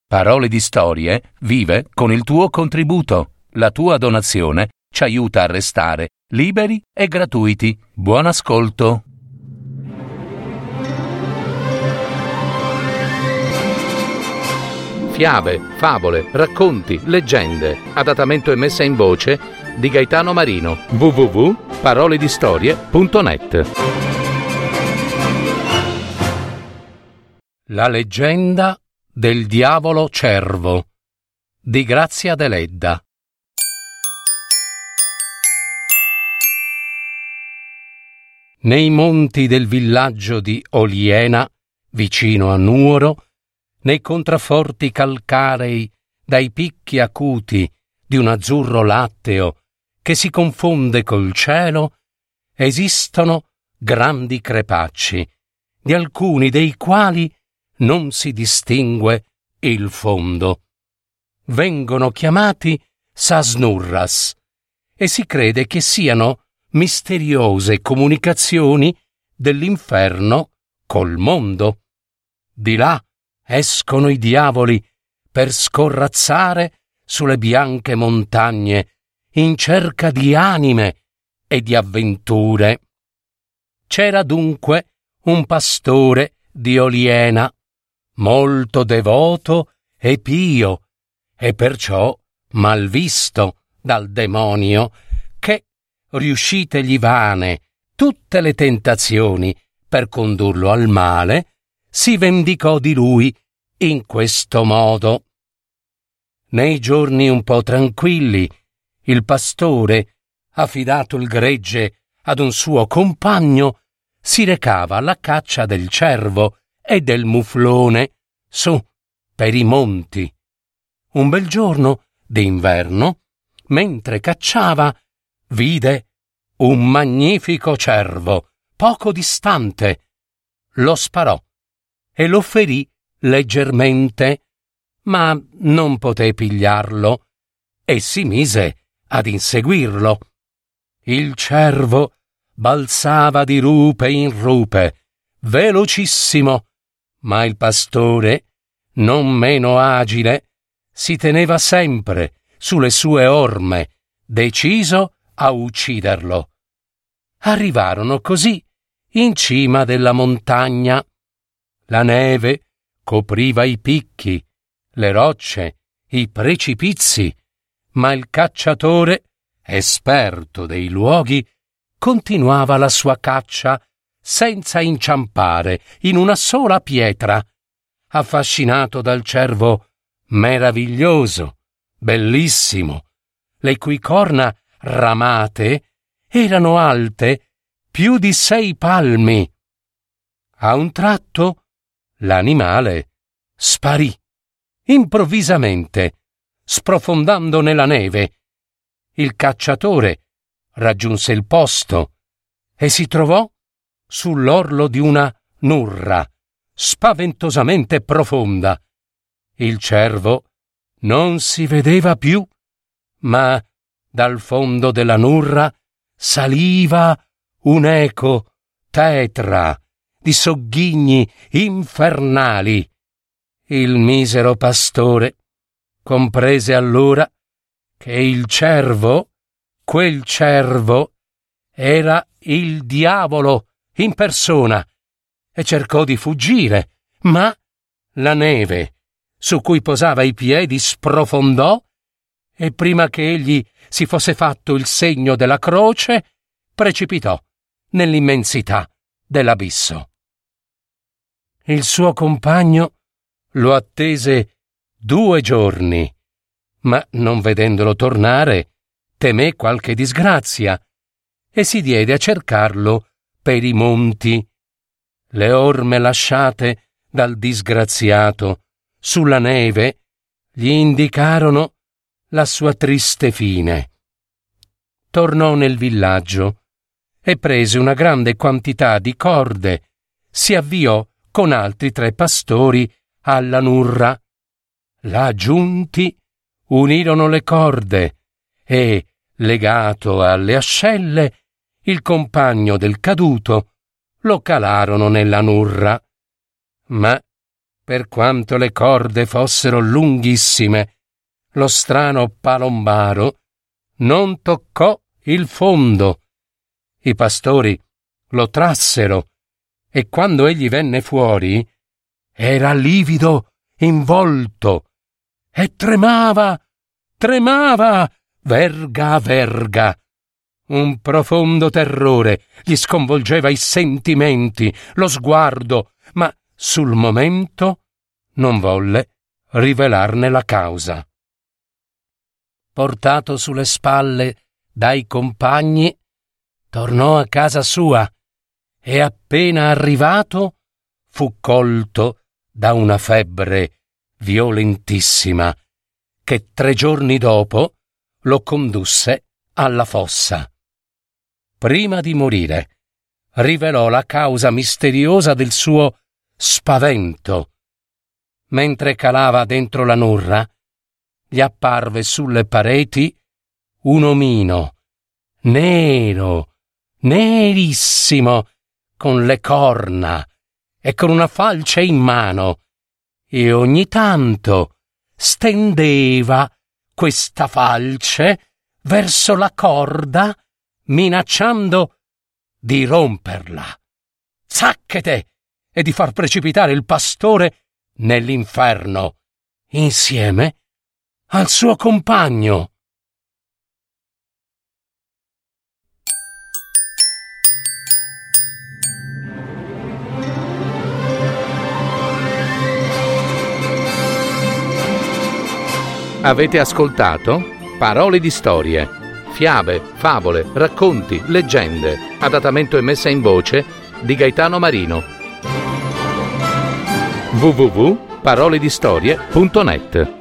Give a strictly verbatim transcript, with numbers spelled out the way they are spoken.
Parole di Storie vive con il tuo contributo. La tua donazione ci aiuta a restare liberi e gratuiti. Buon ascolto. Fiabe, favole, racconti, leggende. Adattamento e messa in voce di Gaetano Marino. w w w punto parole di storie punto net. La leggenda del diavolo cervo di Grazia Deledda. Nei monti del villaggio di Oliena, vicino a Nuoro, nei contrafforti calcarei dai picchi acuti di un azzurro latteo che si confonde col cielo, esistono grandi crepacci, di alcuni dei quali non si distingue il fondo. Vengono chiamati Sasnurras e si crede che siano misteriose comunicazioni dell'inferno col mondo. Di là escono i diavoli per scorrazzare sulle bianche montagne in cerca di anime e di avventure. C'era dunque un pastore di Oliena, molto devoto e pio, e perciò malvisto dal demonio, che, riuscitegli vane tutte le tentazioni per condurlo al male, si vendicò di lui in questo modo. Nei giorni un po' tranquilli, il pastore, affidato il gregge ad un suo compagno, si recava alla caccia del cervo e del muflone su per i monti. Un bel giorno d'inverno, mentre cacciava, vide un magnifico cervo poco distante. Lo sparò e lo ferì leggermente, ma non poté pigliarlo e si mise ad inseguirlo. Il cervo balzava di rupe in rupe, velocissimo, ma il pastore, non meno agile, si teneva sempre sulle sue orme, deciso a ucciderlo. Arrivarono così in cima della montagna. La neve copriva i picchi, le rocce, i precipizi, ma il cacciatore, esperto dei luoghi, continuava la sua caccia senza inciampare in una sola pietra, affascinato dal cervo meraviglioso, bellissimo, le cui corna ramate erano alte più di sei palmi. A un tratto l'animale sparì, improvvisamente, sprofondando nella neve. Il cacciatore raggiunse il posto e si trovò sull'orlo di una nurra spaventosamente profonda. Il cervo non si vedeva più, ma dal fondo della nurra saliva un'eco tetra di sogghigni infernali. Il misero pastore comprese allora che il cervo, quel cervo, era il diavolo in persona, e cercò di fuggire, ma la neve su cui posava i piedi sprofondò e prima che egli si fosse fatto il segno della croce, precipitò nell'immensità dell'abisso. Il suo compagno lo attese due giorni, ma non vedendolo tornare, temé qualche disgrazia e si diede a cercarlo per i monti. Le orme lasciate dal disgraziato sulla neve gli indicarono la sua triste fine. Tornò nel villaggio e prese una grande quantità di corde, si avviò con altri tre pastori alla nurra. Là giunti unirono le corde e, legato alle ascelle, il compagno del caduto lo calarono nella nurra. Ma per quanto le corde fossero lunghissime, lo strano palombaro non toccò il fondo. I pastori lo trassero e quando egli venne fuori era livido in volto e tremava, tremava, verga a verga. Un profondo terrore gli sconvolgeva i sentimenti, lo sguardo, ma sul momento non volle rivelarne la causa. Portato sulle spalle dai compagni, tornò a casa sua e appena arrivato fu colto da una febbre violentissima che tre giorni dopo lo condusse alla fossa. Prima di morire, rivelò la causa misteriosa del suo spavento. Mentre calava dentro la nurra, gli apparve sulle pareti un omino, nero, nerissimo, con le corna e con una falce in mano, e ogni tanto stendeva questa falce verso la corda, minacciando di romperla, zacchete, e di far precipitare il pastore nell'inferno, insieme al suo compagno. Avete ascoltato Parole di storie, fiabe, favole, racconti, leggende, adattamento e messa in voce di Gaetano Marino. w w w punto paroledistorie punto net